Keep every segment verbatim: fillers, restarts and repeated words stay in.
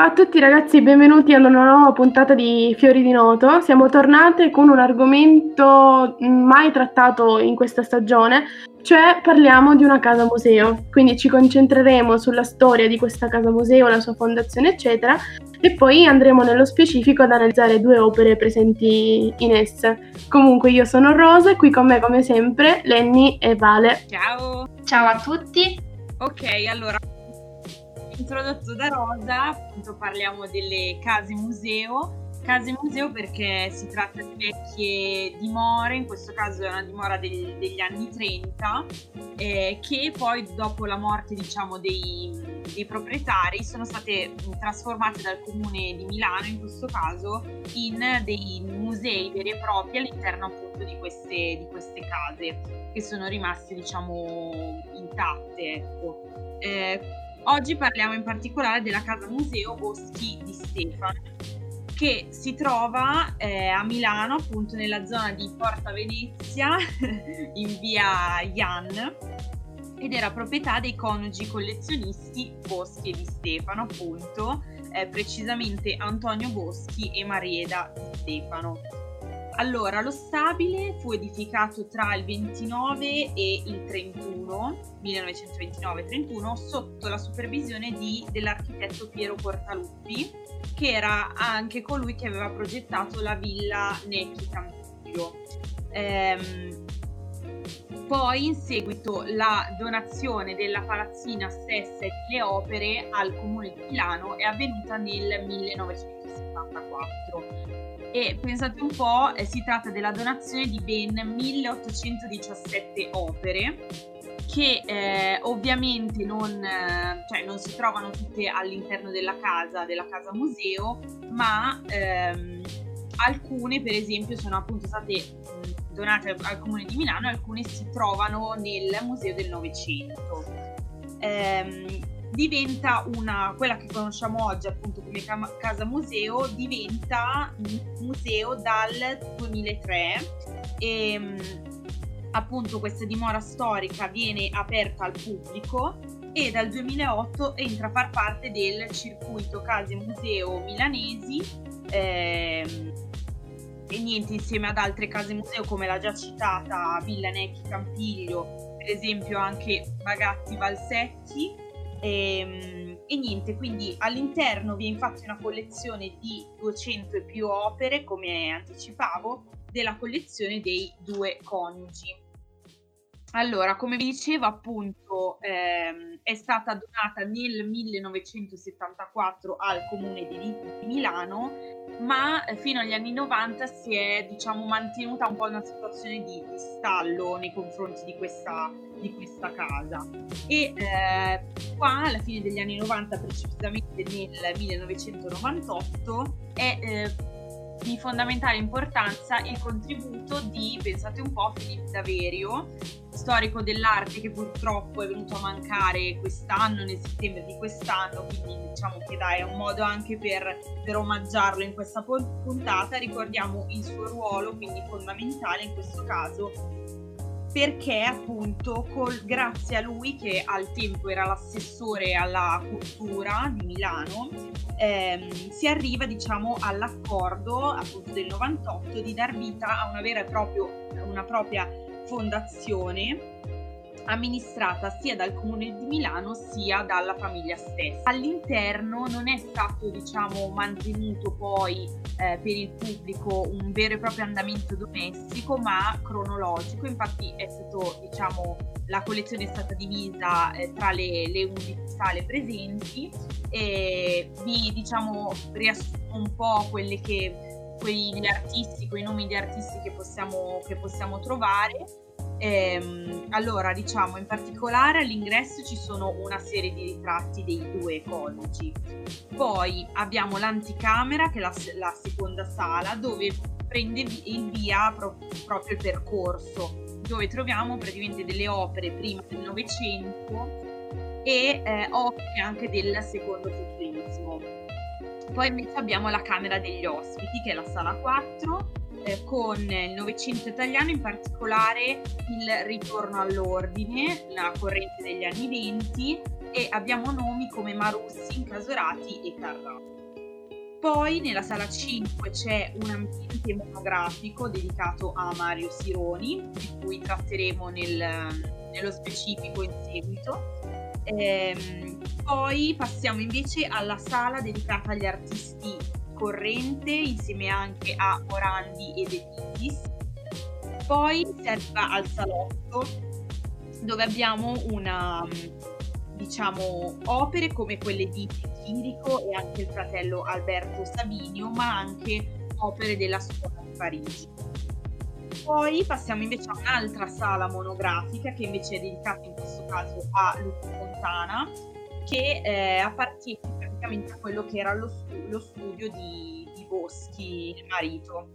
Ciao a tutti ragazzi, benvenuti ad una nuova puntata di Fiori di Noto. Siamo tornate con un argomento mai trattato in questa stagione, cioè parliamo di una casa museo. Quindi ci concentreremo sulla storia di questa casa museo, la sua fondazione, eccetera, e poi andremo nello specifico ad analizzare due opere presenti in essa. Comunque io sono Rosa e qui con me come sempre Lenny e Vale. Ciao! Ciao a tutti! Ok, allora, introdotto da Rosa, appunto parliamo delle case museo. Case museo perché si tratta di vecchie dimore, in questo caso è una dimora del, degli anni trenta, eh, che poi dopo la morte diciamo dei, dei proprietari sono state trasformate dal comune di Milano in questo caso in dei musei veri e propri all'interno appunto di queste, di queste case che sono rimaste diciamo intatte, ecco. Eh, oggi parliamo in particolare della casa museo Boschi di Stefano, che si trova eh, a Milano, appunto nella zona di Porta Venezia, in via Ian, ed era proprietà dei coniugi collezionisti Boschi e Di Stefano, appunto, eh, precisamente Antonio Boschi e Marieda Di Stefano. Allora, lo stabile fu edificato tra il ventinove e il trentuno, millenovecentoventinove trentuno, sotto la supervisione di, dell'architetto Piero Portaluppi, che era anche colui che aveva progettato la villa Necchi Campiglio. Ehm, poi in seguito la donazione della palazzina stessa e delle opere al comune di Milano è avvenuta nel millenovecentosettantaquattro. E pensate un po', eh, si tratta della donazione di ben milleottocentodiciassette opere che eh, ovviamente non, eh, cioè non si trovano tutte all'interno della casa, della casa museo, ma ehm, alcune per esempio sono appunto state mh, donate al, al comune di Milano, alcune si trovano nel museo del Novecento. Ehm, diventa una, quella che conosciamo oggi appunto come casa museo, diventa museo dal duemilatré e appunto questa dimora storica viene aperta al pubblico e dal duemilaotto entra a far parte del circuito case museo milanesi ehm, e niente, insieme ad altre case museo come la già citata Villa Necchi Campiglio, per esempio anche Bagatti Valsecchi. E, e niente, quindi all'interno vi è infatti una collezione di duecento e più opere, come anticipavo, della collezione dei due coniugi. Allora, come vi dicevo appunto, ehm, è stata donata nel millenovecentosettantaquattro al comune di, di Milano, ma fino agli anni novanta si è diciamo mantenuta un po' una situazione di, di stallo nei confronti di questa, di questa casa e eh, qua alla fine degli anni novanta, precisamente nel millenovecentonovantotto, è eh, di fondamentale importanza il contributo di, pensate un po', Filippo Daverio, storico dell'arte che purtroppo è venuto a mancare quest'anno, nel settembre di quest'anno, quindi diciamo che dai, è un modo anche per, per omaggiarlo in questa puntata. Ricordiamo il suo ruolo, quindi fondamentale in questo caso, perché appunto col, grazie a lui, che al tempo era l'assessore alla cultura di Milano, ehm, si arriva diciamo all'accordo appunto del novantotto di dar vita a una vera e propria, una propria fondazione amministrata sia dal comune di Milano sia dalla famiglia stessa. All'interno non è stato diciamo mantenuto poi eh, per il pubblico un vero e proprio andamento domestico, ma cronologico. Infatti è stato diciamo la collezione è stata divisa eh, tra le, le undici sale presenti e vi diciamo riassumo un po' quelle che quegli artisti, quei nomi di artisti che possiamo, che possiamo trovare. Ehm, allora diciamo in particolare all'ingresso ci sono una serie di ritratti dei due coniugi, poi abbiamo l'anticamera che è la, la seconda sala dove prende il via pro, proprio il percorso, dove troviamo praticamente delle opere prima del Novecento e eh, opere anche del secondo futurismo. Poi invece abbiamo la camera degli ospiti che è la sala quattro, eh, con il Novecento italiano, in particolare il ritorno all'ordine, la corrente degli anni venti e abbiamo nomi come Marussi, Casorati e Carrà. Poi nella sala cinque c'è un ambiente monografico dedicato a Mario Sironi, di cui tratteremo nel, nello specifico in seguito. Ehm, poi passiamo invece alla sala dedicata agli artisti corrente, insieme anche a Morandi e De Nittis. Poi si arriva al salotto, dove abbiamo una, diciamo, opere come quelle di Chirico e anche il fratello Alberto Sabinio, ma anche opere della scuola di Parigi. Poi passiamo invece a un'altra sala monografica che invece è dedicata in questo caso a Luca Fontana, che eh, appartiene praticamente a quello che era lo, stu- lo studio di, di Boschi, il marito.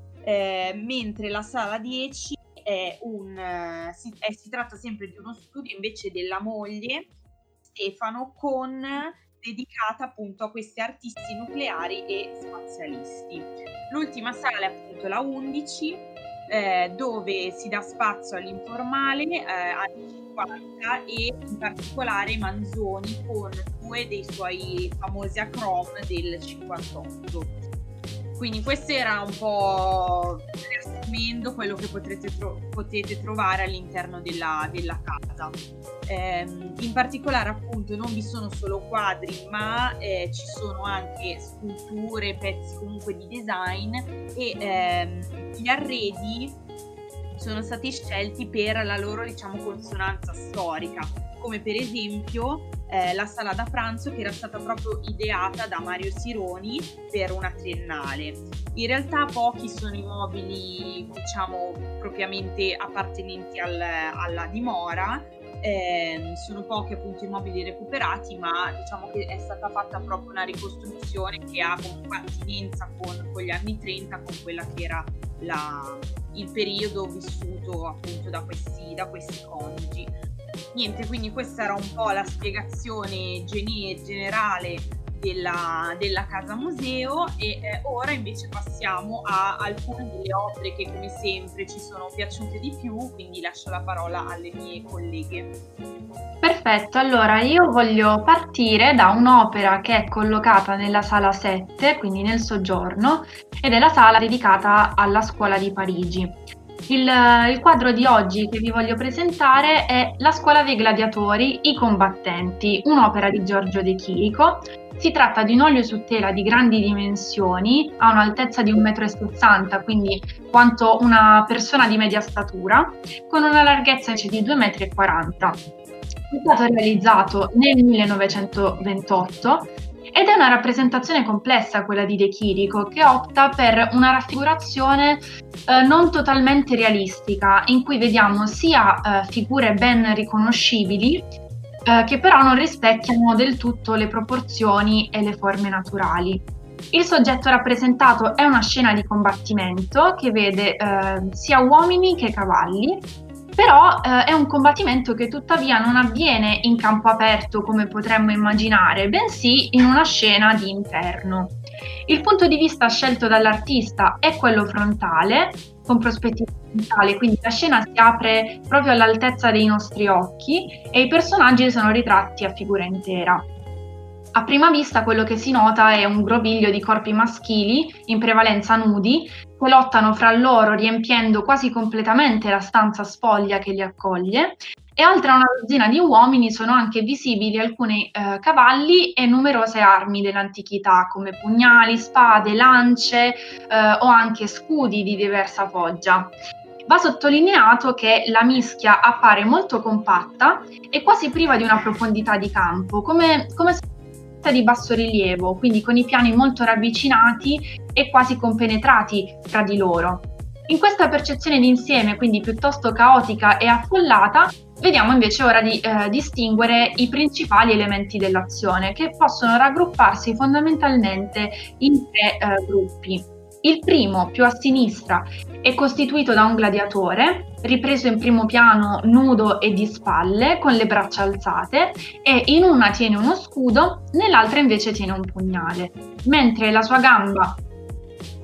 Eh, mentre la sala dieci è un, eh, si, è, si tratta sempre di uno studio invece della moglie Stefano, con dedicata appunto a questi artisti nucleari e spazialisti. L'ultima sala è appunto la undici, eh, dove si dà spazio all'informale, eh, anni cinquanta, e in particolare Manzoni con due dei suoi famosi acrom del cinquantotto. Quindi questo era un po', riassumendo, quello che potrete, tro- potete trovare all'interno della, della casa. Eh, in particolare appunto non vi sono solo quadri, ma eh, ci sono anche sculture, pezzi comunque di design, e ehm, gli arredi sono stati scelti per la loro, diciamo, consonanza storica, come per esempio eh, la sala da pranzo, che era stata proprio ideata da Mario Sironi per una triennale. In realtà pochi sono i mobili, diciamo, propriamente appartenenti al, alla dimora, eh, sono pochi appunto i mobili recuperati, ma diciamo che è stata fatta proprio una ricostruzione che ha comunque attinenza con, con gli anni trenta, con quella che era la, il periodo vissuto appunto da questi, da questi coniugi. Niente, quindi questa era un po' la spiegazione gene- generale della, della casa museo, e eh, ora invece passiamo a alcune delle opere che come sempre ci sono piaciute di più, quindi lascio la parola alle mie colleghe. Perfetto, allora io voglio partire da un'opera che è collocata nella sala sette, quindi nel soggiorno, ed è la sala dedicata alla scuola di Parigi. Il, il quadro di oggi che vi voglio presentare è La scuola dei gladiatori, i combattenti, un'opera di Giorgio De Chirico. Si tratta di un olio su tela di grandi dimensioni, ha un'altezza di un metro e sessanta, quindi quanto una persona di media statura, con una larghezza invece di due metri e quaranta. È stato realizzato nel millenovecentoventotto ed è una rappresentazione complessa quella di De Chirico, che opta per una raffigurazione eh, non totalmente realistica, in cui vediamo sia eh, figure ben riconoscibili, eh, che però non rispecchiano del tutto le proporzioni e le forme naturali. Il soggetto rappresentato è una scena di combattimento che vede eh, sia uomini che cavalli, però eh, è un combattimento che tuttavia non avviene in campo aperto come potremmo immaginare, bensì in una scena di interno. Il punto di vista scelto dall'artista è quello frontale, con prospettiva frontale, quindi la scena si apre proprio all'altezza dei nostri occhi e i personaggi sono ritratti a figura intera. A prima vista quello che si nota è un groviglio di corpi maschili, in prevalenza nudi, che lottano fra loro riempiendo quasi completamente la stanza spoglia che li accoglie, e oltre a una dozzina di uomini sono anche visibili alcuni eh, cavalli e numerose armi dell'antichità, come pugnali, spade, lance eh, o anche scudi di diversa foggia. Va sottolineato che la mischia appare molto compatta e quasi priva di una profondità di campo, come, come se di basso rilievo, quindi con i piani molto ravvicinati e quasi compenetrati tra di loro. In questa percezione d'insieme, quindi piuttosto caotica e affollata, vediamo invece ora di eh, distinguere i principali elementi dell'azione, che possono raggrupparsi fondamentalmente in tre eh, gruppi. Il primo, più a sinistra, è costituito da un gladiatore, ripreso in primo piano nudo e di spalle, con le braccia alzate, e in una tiene uno scudo, nell'altra invece tiene un pugnale, mentre la sua gamba,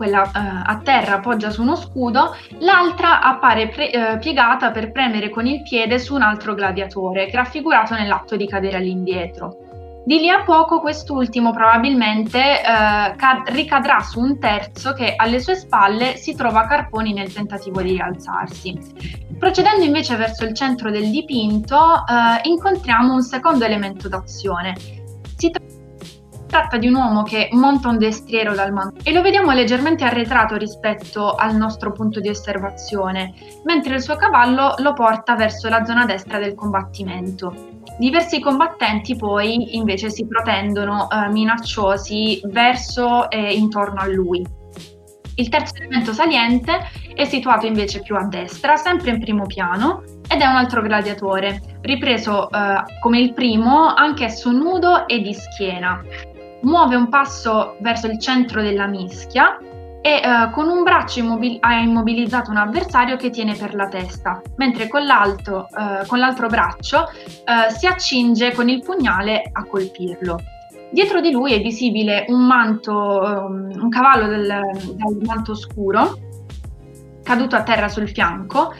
quella eh, a terra appoggia su uno scudo, l'altra appare pre- eh, piegata per premere con il piede su un altro gladiatore che è raffigurato nell'atto di cadere all'indietro. Di lì a poco quest'ultimo probabilmente eh, cad- ricadrà su un terzo che alle sue spalle si trova Carponi nel tentativo di rialzarsi. Procedendo invece verso il centro del dipinto eh, incontriamo un secondo elemento d'azione. Si tra- tratta di un uomo che monta un destriero dal manto e lo vediamo leggermente arretrato rispetto al nostro punto di osservazione, mentre il suo cavallo lo porta verso la zona destra del combattimento. Diversi combattenti poi invece si protendono eh, minacciosi verso e intorno a lui. Il terzo elemento saliente è situato invece più a destra, sempre in primo piano, ed è un altro gladiatore, ripreso eh, come il primo, anch'esso nudo e di schiena. Muove un passo verso il centro della mischia e eh, con un braccio immobil- ha immobilizzato un avversario che tiene per la testa, mentre con l'altro, eh, con l'altro braccio eh, si accinge con il pugnale a colpirlo. Dietro di lui è visibile un manto, um, un cavallo del, del manto scuro, caduto a terra sul fianco,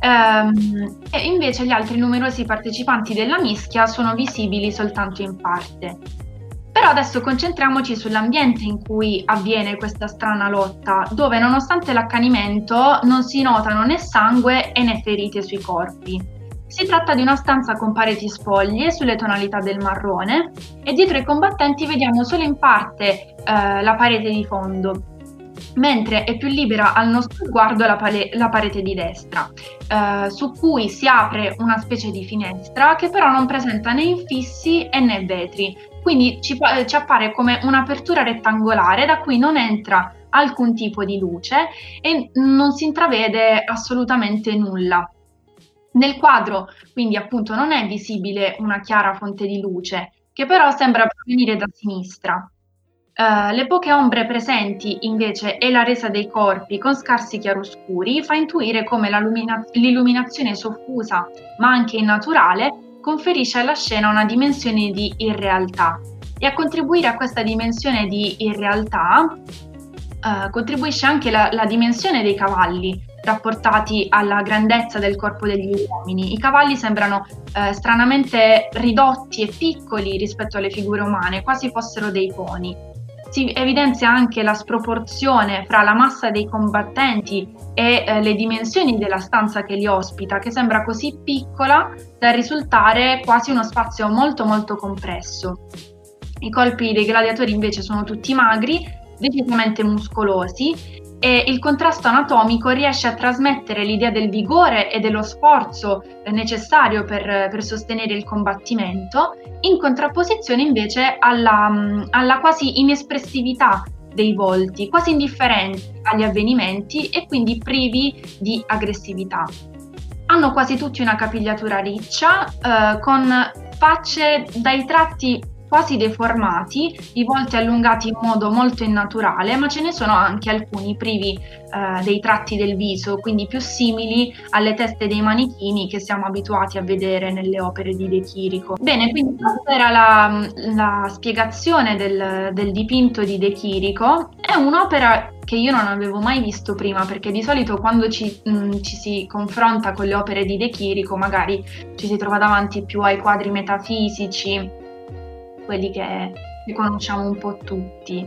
ehm, e invece gli altri numerosi partecipanti della mischia sono visibili soltanto in parte. Però adesso concentriamoci sull'ambiente in cui avviene questa strana lotta, dove nonostante l'accanimento non si notano né sangue e né ferite sui corpi. Si tratta di una stanza con pareti spoglie sulle tonalità del marrone e dietro i combattenti vediamo solo in parte eh, la parete di fondo, mentre è più libera al nostro sguardo la, pale- la parete di destra, eh, su cui si apre una specie di finestra che però non presenta né infissi e né vetri, quindi ci, ci appare come un'apertura rettangolare da cui non entra alcun tipo di luce e non si intravede assolutamente nulla. Nel quadro, quindi appunto, non è visibile una chiara fonte di luce, che però sembra provenire da sinistra. Uh, le poche ombre presenti invece e la resa dei corpi con scarsi chiaroscuri fa intuire come la lumina- l'illuminazione soffusa ma anche innaturale conferisce alla scena una dimensione di irrealtà e a contribuire a questa dimensione di irrealtà uh, contribuisce anche la, la dimensione dei cavalli rapportati alla grandezza del corpo degli uomini. I cavalli sembrano eh, stranamente ridotti e piccoli rispetto alle figure umane, quasi fossero dei poni. Si evidenzia anche la sproporzione fra la massa dei combattenti e eh, le dimensioni della stanza che li ospita, che sembra così piccola da risultare quasi uno spazio molto molto compresso. I colpi dei gladiatori invece sono tutti magri, decisamente muscolosi, e il contrasto anatomico riesce a trasmettere l'idea del vigore e dello sforzo necessario per, per sostenere il combattimento, in contrapposizione invece alla, alla quasi inespressività dei volti, quasi indifferenti agli avvenimenti e quindi privi di aggressività. Hanno quasi tutti una capigliatura riccia, eh, con facce dai tratti quasi deformati, i volti allungati in modo molto innaturale, ma ce ne sono anche alcuni privi eh, dei tratti del viso, quindi più simili alle teste dei manichini che siamo abituati a vedere nelle opere di De Chirico. Bene, quindi questa era la, la spiegazione del, del dipinto di De Chirico. È un'opera che io non avevo mai visto prima, perché di solito quando ci, mh, ci si confronta con le opere di De Chirico magari ci si trova davanti più ai quadri metafisici, quelli che, che conosciamo un po' tutti.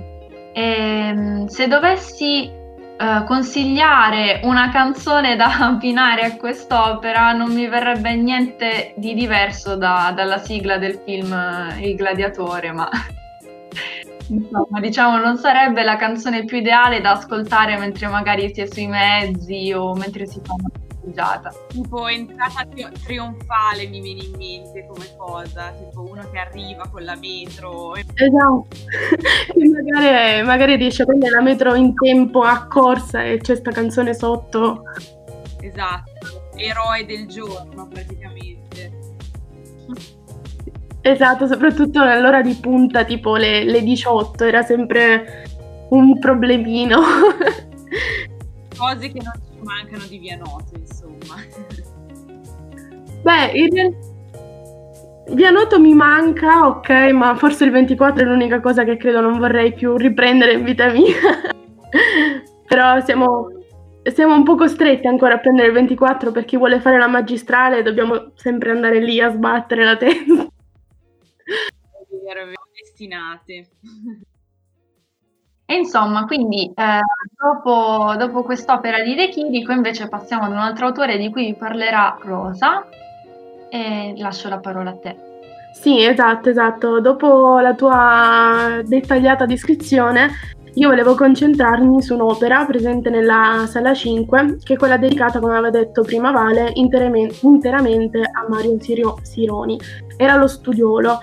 E, se dovessi uh, consigliare una canzone da abbinare a quest'opera, non mi verrebbe niente di diverso da, dalla sigla del film uh, Il Gladiatore, ma insomma, diciamo, non sarebbe la canzone più ideale da ascoltare mentre magari si è sui mezzi o mentre si fa una passeggiata. Tipo entrata trionfale mi viene in mente come cosa, tipo uno che arriva con la metro. Esatto, magari, magari riesce a prendere la metro in tempo a corsa e c'è sta canzone sotto. Esatto, eroe del giorno praticamente. Esatto, soprattutto nell'ora di punta, tipo le, le diciotto, era sempre un problemino. Cose che non ci mancano di Via Noto, insomma. Beh, in realtà Via Noto mi manca, ok, ma forse il ventiquattro è l'unica cosa che credo non vorrei più riprendere in vita mia. però siamo, siamo un po' costretti ancora a prendere il ventiquattro, per chi vuole fare la magistrale dobbiamo sempre andare lì a sbattere la testa. Ero destinate. E insomma, quindi eh, dopo, dopo quest'opera di De Chirico invece passiamo ad un altro autore di cui vi parlerà Rosa, e lascio la parola a te. Sì, esatto, esatto. Dopo la tua dettagliata descrizione, io volevo concentrarmi su un'opera presente nella sala cinque, che è quella dedicata, come aveva detto prima Vale, interamente, interamente a Mario Sirio- Sironi. Era lo Studiolo.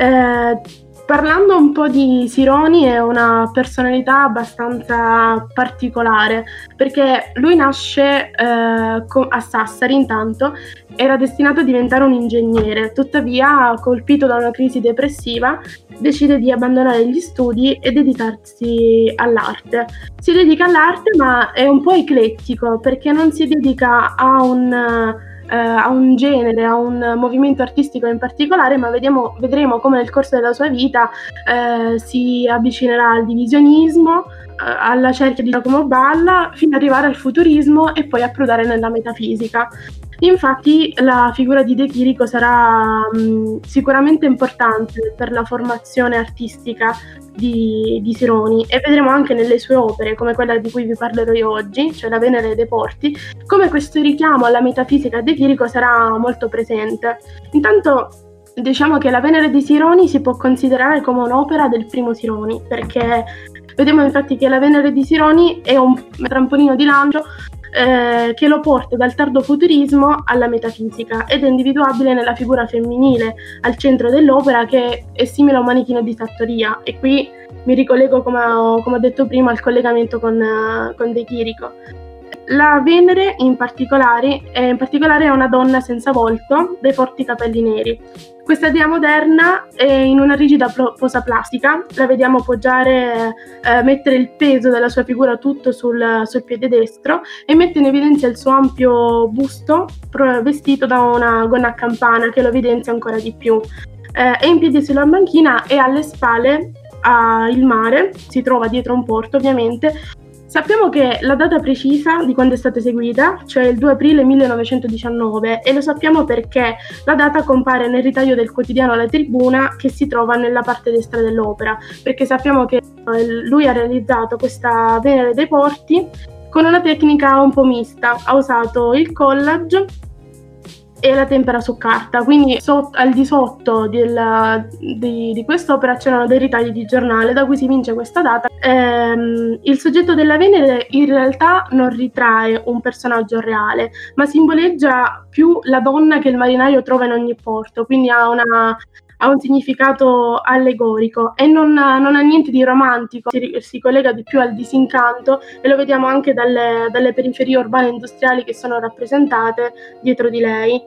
Eh, parlando un po' di Sironi, è una personalità abbastanza particolare, perché lui nasce eh, co- a Sassari intanto, era destinato a diventare un ingegnere, tuttavia, colpito da una crisi depressiva, decide di abbandonare gli studi e dedicarsi all'arte. Si dedica all'arte, ma è un po' eclettico, perché non si dedica a un, eh, a un genere, a un movimento artistico in particolare, ma vediamo, vedremo come nel corso della sua vita eh, si avvicinerà al divisionismo, eh, alla cerchia di Giacomo Balla, fino ad arrivare al futurismo e poi approdare nella metafisica. Infatti la figura di De Chirico sarà mh, sicuramente importante per la formazione artistica di, di Sironi, e vedremo anche nelle sue opere, come quella di cui vi parlerò io oggi, cioè La Venere dei Porti, come questo richiamo alla metafisica De Chirico sarà molto presente. Intanto diciamo che La Venere di Sironi si può considerare come un'opera del primo Sironi, perché vediamo infatti che La Venere di Sironi è un trampolino di lancio Eh, che lo porta dal tardo futurismo alla metafisica, ed è individuabile nella figura femminile al centro dell'opera, che è simile a un manichino di sartoria, e qui mi ricollego, come ho, come ho detto prima, al collegamento con, uh, con De Chirico. La Venere in particolare, eh, in particolare è una donna senza volto, dai forti capelli neri. Questa dea moderna è in una rigida posa plastica, la vediamo poggiare, eh, mettere il peso della sua figura tutto sul, sul piede destro, e mette in evidenza il suo ampio busto vestito da una gonna a campana che lo evidenzia ancora di più. Eh, è in piedi sulla banchina e alle spalle ha il mare, si trova dietro un porto ovviamente. Sappiamo che la data precisa di quando è stata eseguita, cioè il due aprileillenovecentodiciannove, e lo sappiamo perché la data compare nel ritaglio del quotidiano La Tribuna, che si trova nella parte destra dell'opera, perché sappiamo che lui ha realizzato questa Venere dei Porti con una tecnica un po' mista. Ha usato il collage e la tempera su carta, quindi so, al di sotto del, di, di quest'opera c'erano dei ritagli di giornale da cui si vince questa data. Ehm, il soggetto della Venere in realtà non ritrae un personaggio reale, ma simboleggia più la donna che il marinaio trova in ogni porto, quindi ha una ha un significato allegorico e non, non ha niente di romantico, si, si collega di più al disincanto, e lo vediamo anche dalle, dalle periferie urbane e industriali che sono rappresentate dietro di lei.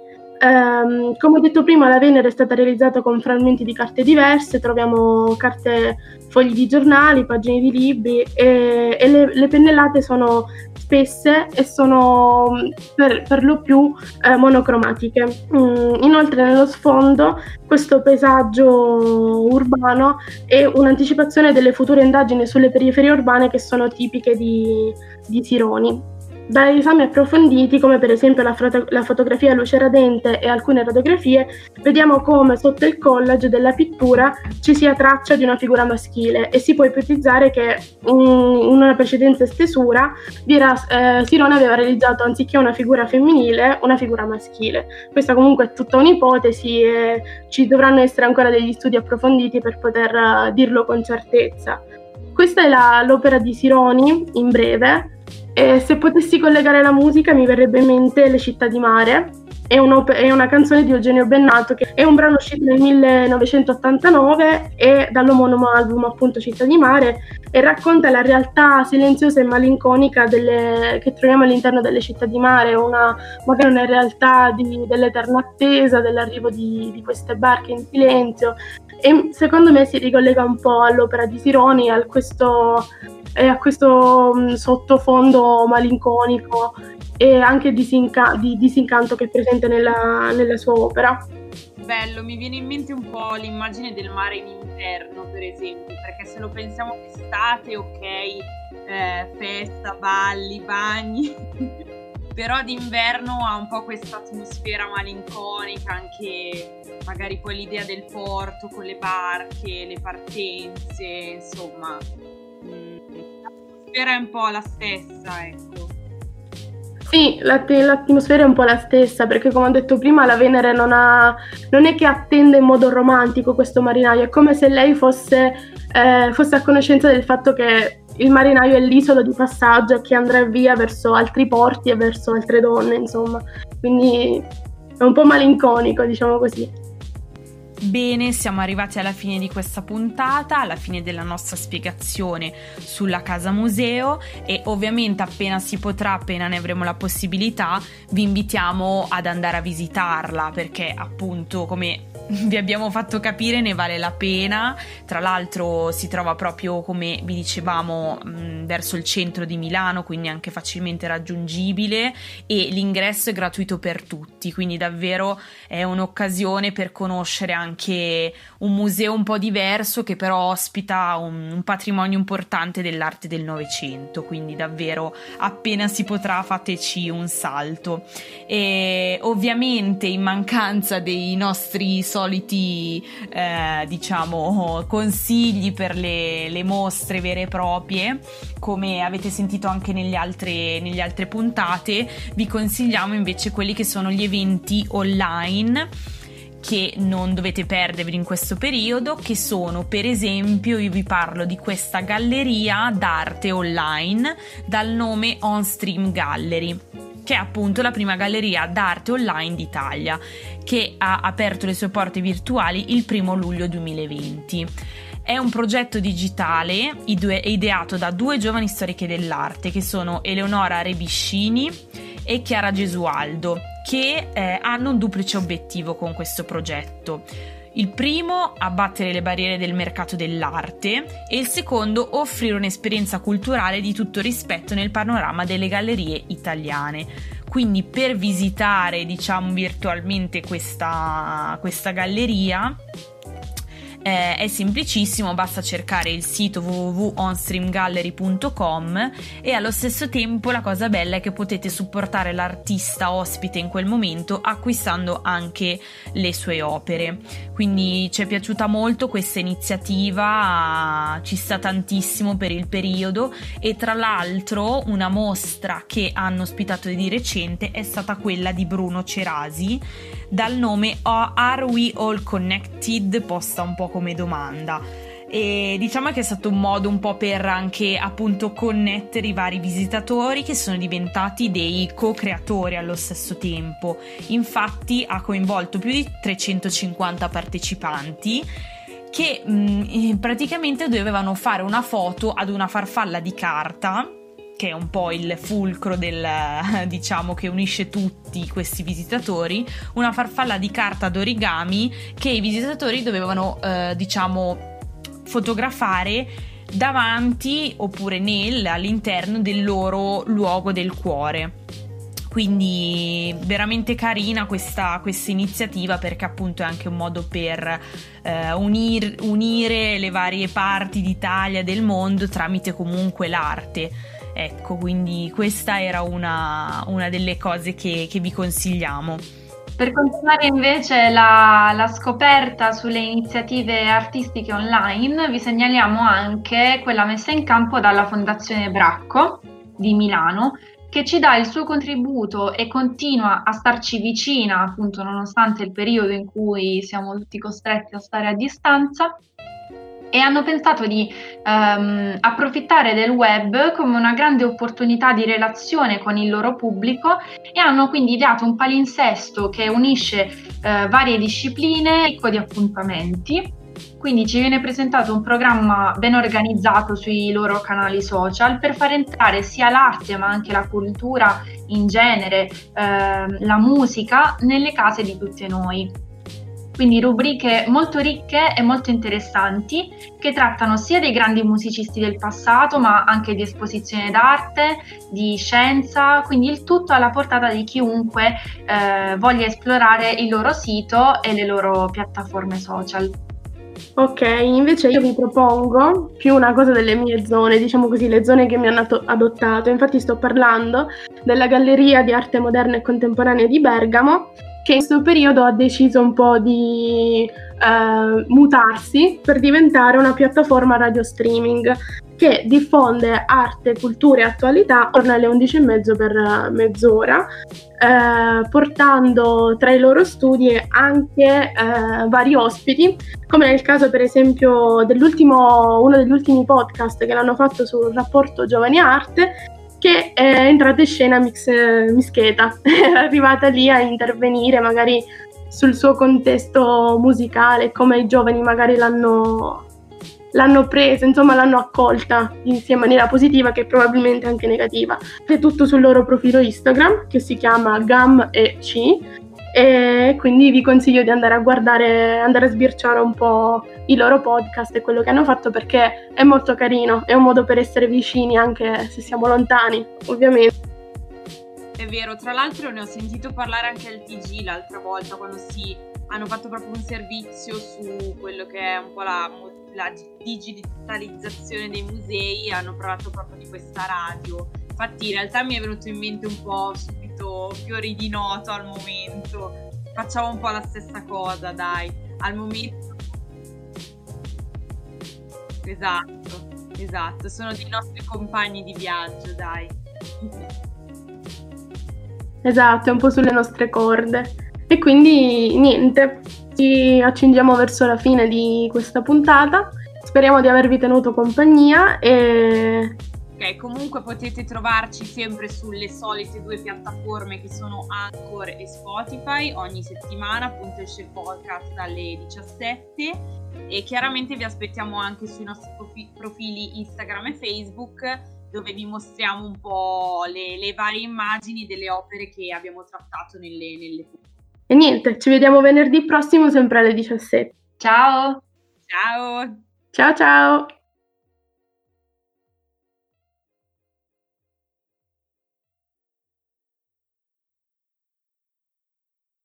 Um, come ho detto prima, la Venere è stata realizzata con frammenti di carte diverse, troviamo carte, fogli di giornali, pagine di libri, e, e le, le pennellate sono spesse e sono per, per lo più eh, monocromatiche. Mm, inoltre nello sfondo questo paesaggio urbano è un'anticipazione delle future indagini sulle periferie urbane che sono tipiche di, di Sironi. Da esami approfonditi, come per esempio la, foto- la fotografia a luce radente e alcune radiografie, vediamo come sotto il collage della pittura ci sia traccia di una figura maschile, e si può ipotizzare che in una precedente stesura Viera, eh, Sironi aveva realizzato, anziché una figura femminile, una figura maschile. Questa comunque è tutta un'ipotesi e ci dovranno essere ancora degli studi approfonditi per poter uh, dirlo con certezza. Questa è la, l'opera di Sironi in breve. E se potessi collegare la musica mi verrebbe in mente Le città di mare, è, è una canzone di Eugenio Bennato, che è un brano uscito nel millenovecentottantanove e dall'omonimo album appunto Città di mare, e racconta la realtà silenziosa e malinconica delle, che troviamo all'interno delle città di mare, una, magari una realtà di, dell'eterna attesa, dell'arrivo di, di queste barche in silenzio, e secondo me si ricollega un po' all'opera di Sironi, a questo, e a questo mh, sottofondo malinconico e anche disinca- di disincanto che è presente nella, nella sua opera. bello, mi viene in mente un po' l'immagine del mare in inverno, per esempio, perché se lo pensiamo d'estate, ok, eh, festa, balli, bagni, però d'inverno ha un po' questa atmosfera malinconica, anche magari poi l'idea del porto con le barche, le partenze, insomma, mh, l'atmosfera è un po' la stessa, ecco. Sì, l'att- l'atmosfera è un po' la stessa, perché come ho detto prima la Venere non ha, non è che attende in modo romantico questo marinaio, è come se lei fosse, eh, fosse a conoscenza del fatto che il marinaio è l'isola di passaggio che andrà via verso altri porti e verso altre donne, insomma, quindi è un po' malinconico, diciamo così. Bene, siamo arrivati alla fine di questa puntata, alla fine della nostra spiegazione sulla casa museo, e ovviamente appena si potrà, appena ne avremo la possibilità, vi invitiamo ad andare a visitarla, perché appunto, come vi abbiamo fatto capire, ne vale la pena. Tra l'altro si trova proprio, come vi dicevamo, mh, verso il centro di Milano, quindi anche facilmente raggiungibile, e l'ingresso è gratuito per tutti, quindi davvero è un'occasione per conoscere anche un museo un po' diverso, che però ospita un, un patrimonio importante dell'arte del Novecento, quindi davvero appena si potrà fateci un salto. E ovviamente, in mancanza dei nostri soliti eh, diciamo consigli per le, le mostre vere e proprie, come avete sentito anche nelle altre, nelle altre puntate, vi consigliamo invece quelli che sono gli eventi online che non dovete perdervi in questo periodo, che sono, per esempio, io vi parlo di questa galleria d'arte online dal nome On Stream Gallery, che è appunto la prima galleria d'arte online d'Italia, che ha aperto le sue porte virtuali il primo luglio duemilaventi. È un progetto digitale ideato da due giovani storiche dell'arte, che sono Eleonora Rebiscini e Chiara Gesualdo, che eh, hanno un duplice obiettivo con questo progetto. Il primo, abbattere le barriere del mercato dell'arte, e il secondo, offrire un'esperienza culturale di tutto rispetto nel panorama delle gallerie italiane. Quindi per visitare, diciamo, virtualmente questa, questa galleria Eh, è semplicissimo, basta cercare il sito w w w punto on stream gallery punto com, e allo stesso tempo la cosa bella è che potete supportare l'artista ospite in quel momento acquistando anche le sue opere. Quindi ci è piaciuta molto questa iniziativa, ci sta tantissimo per il periodo, e tra l'altro una mostra che hanno ospitato di recente è stata quella di Bruno Cerasi dal nome Are We All Connected? Posta un po' come domanda, e diciamo che è stato un modo un po' per anche appunto connettere i vari visitatori, che sono diventati dei co-creatori allo stesso tempo. Infatti ha coinvolto più di trecentocinquanta partecipanti che mh, praticamente dovevano fare una foto ad una farfalla di carta, che è un po' il fulcro del, diciamo, che unisce tutti questi visitatori, una farfalla di carta d'origami che i visitatori dovevano, eh, diciamo, fotografare davanti oppure nel, all'interno del loro luogo del cuore. Quindi veramente carina questa, questa iniziativa, perché appunto è anche un modo per eh, unir, unire le varie parti d'Italia, del mondo, tramite comunque l'arte. Ecco, quindi questa era una, una delle cose che, che vi consigliamo. Per continuare invece la, la scoperta sulle iniziative artistiche online, vi segnaliamo anche quella messa in campo dalla Fondazione Bracco di Milano, che ci dà il suo contributo e continua a starci vicina, appunto, nonostante il periodo in cui siamo tutti costretti a stare a distanza. E hanno pensato di um, approfittare del web come una grande opportunità di relazione con il loro pubblico, e hanno quindi ideato un palinsesto che unisce uh, varie discipline, ricco di appuntamenti. Quindi ci viene presentato un programma ben organizzato sui loro canali social per far entrare sia l'arte ma anche la cultura in genere, uh, la musica, nelle case di tutti noi. quindi rubriche molto ricche e molto interessanti che trattano sia dei grandi musicisti del passato, ma anche di esposizioni d'arte, di scienza, quindi il tutto alla portata di chiunque eh, voglia esplorare il loro sito e le loro piattaforme social. Ok, invece io vi propongo più una cosa delle mie zone, diciamo così, le zone che mi hanno atto- adottato. Infatti sto parlando della Galleria di Arte Moderna e Contemporanea di Bergamo, che in questo periodo ha deciso un po' di eh, mutarsi per diventare una piattaforma radio streaming che diffonde arte, cultura e attualità torna alle undici e mezzo per mezz'ora, eh, portando tra i loro studi anche eh, vari ospiti, come nel caso per esempio dell'ultimo, uno degli ultimi podcast che l'hanno fatto sul rapporto Giovani Arte, che è entrata in scena Mix, Mischeta, è arrivata lì a intervenire magari sul suo contesto musicale, come i giovani magari l'hanno, l'hanno presa, insomma l'hanno accolta sia in maniera positiva che probabilmente anche negativa. È tutto sul loro profilo Instagram, che si chiama Gam e C, e quindi vi consiglio di andare a guardare, andare a sbirciare un po' i loro podcast e quello che hanno fatto, perché è molto carino, è un modo per essere vicini anche se siamo lontani, ovviamente. È vero, tra l'altro ne ho sentito parlare anche al T G l'altra volta, quando si hanno fatto proprio un servizio su quello che è un po' la, la digitalizzazione dei musei, hanno parlato proprio di questa radio. Infatti in realtà mi è venuto in mente un po' subito Fiori di Noto al momento, facciamo un po' la stessa cosa, dai, al momento. Esatto, esatto, sono dei nostri compagni di viaggio, dai. Esatto, è un po' sulle nostre corde. E quindi niente, ci accingiamo verso la fine di questa puntata. Speriamo di avervi tenuto compagnia e... Ok, comunque potete trovarci sempre sulle solite due piattaforme che sono Anchor e Spotify. Ogni settimana appunto esce il podcast dalle diciassette e chiaramente vi aspettiamo anche sui nostri profi- profili Instagram e Facebook, dove vi mostriamo un po' le, le varie immagini delle opere che abbiamo trattato nelle, nelle... E niente, ci vediamo venerdì prossimo sempre alle diciassette. Ciao! Ciao! Ciao ciao!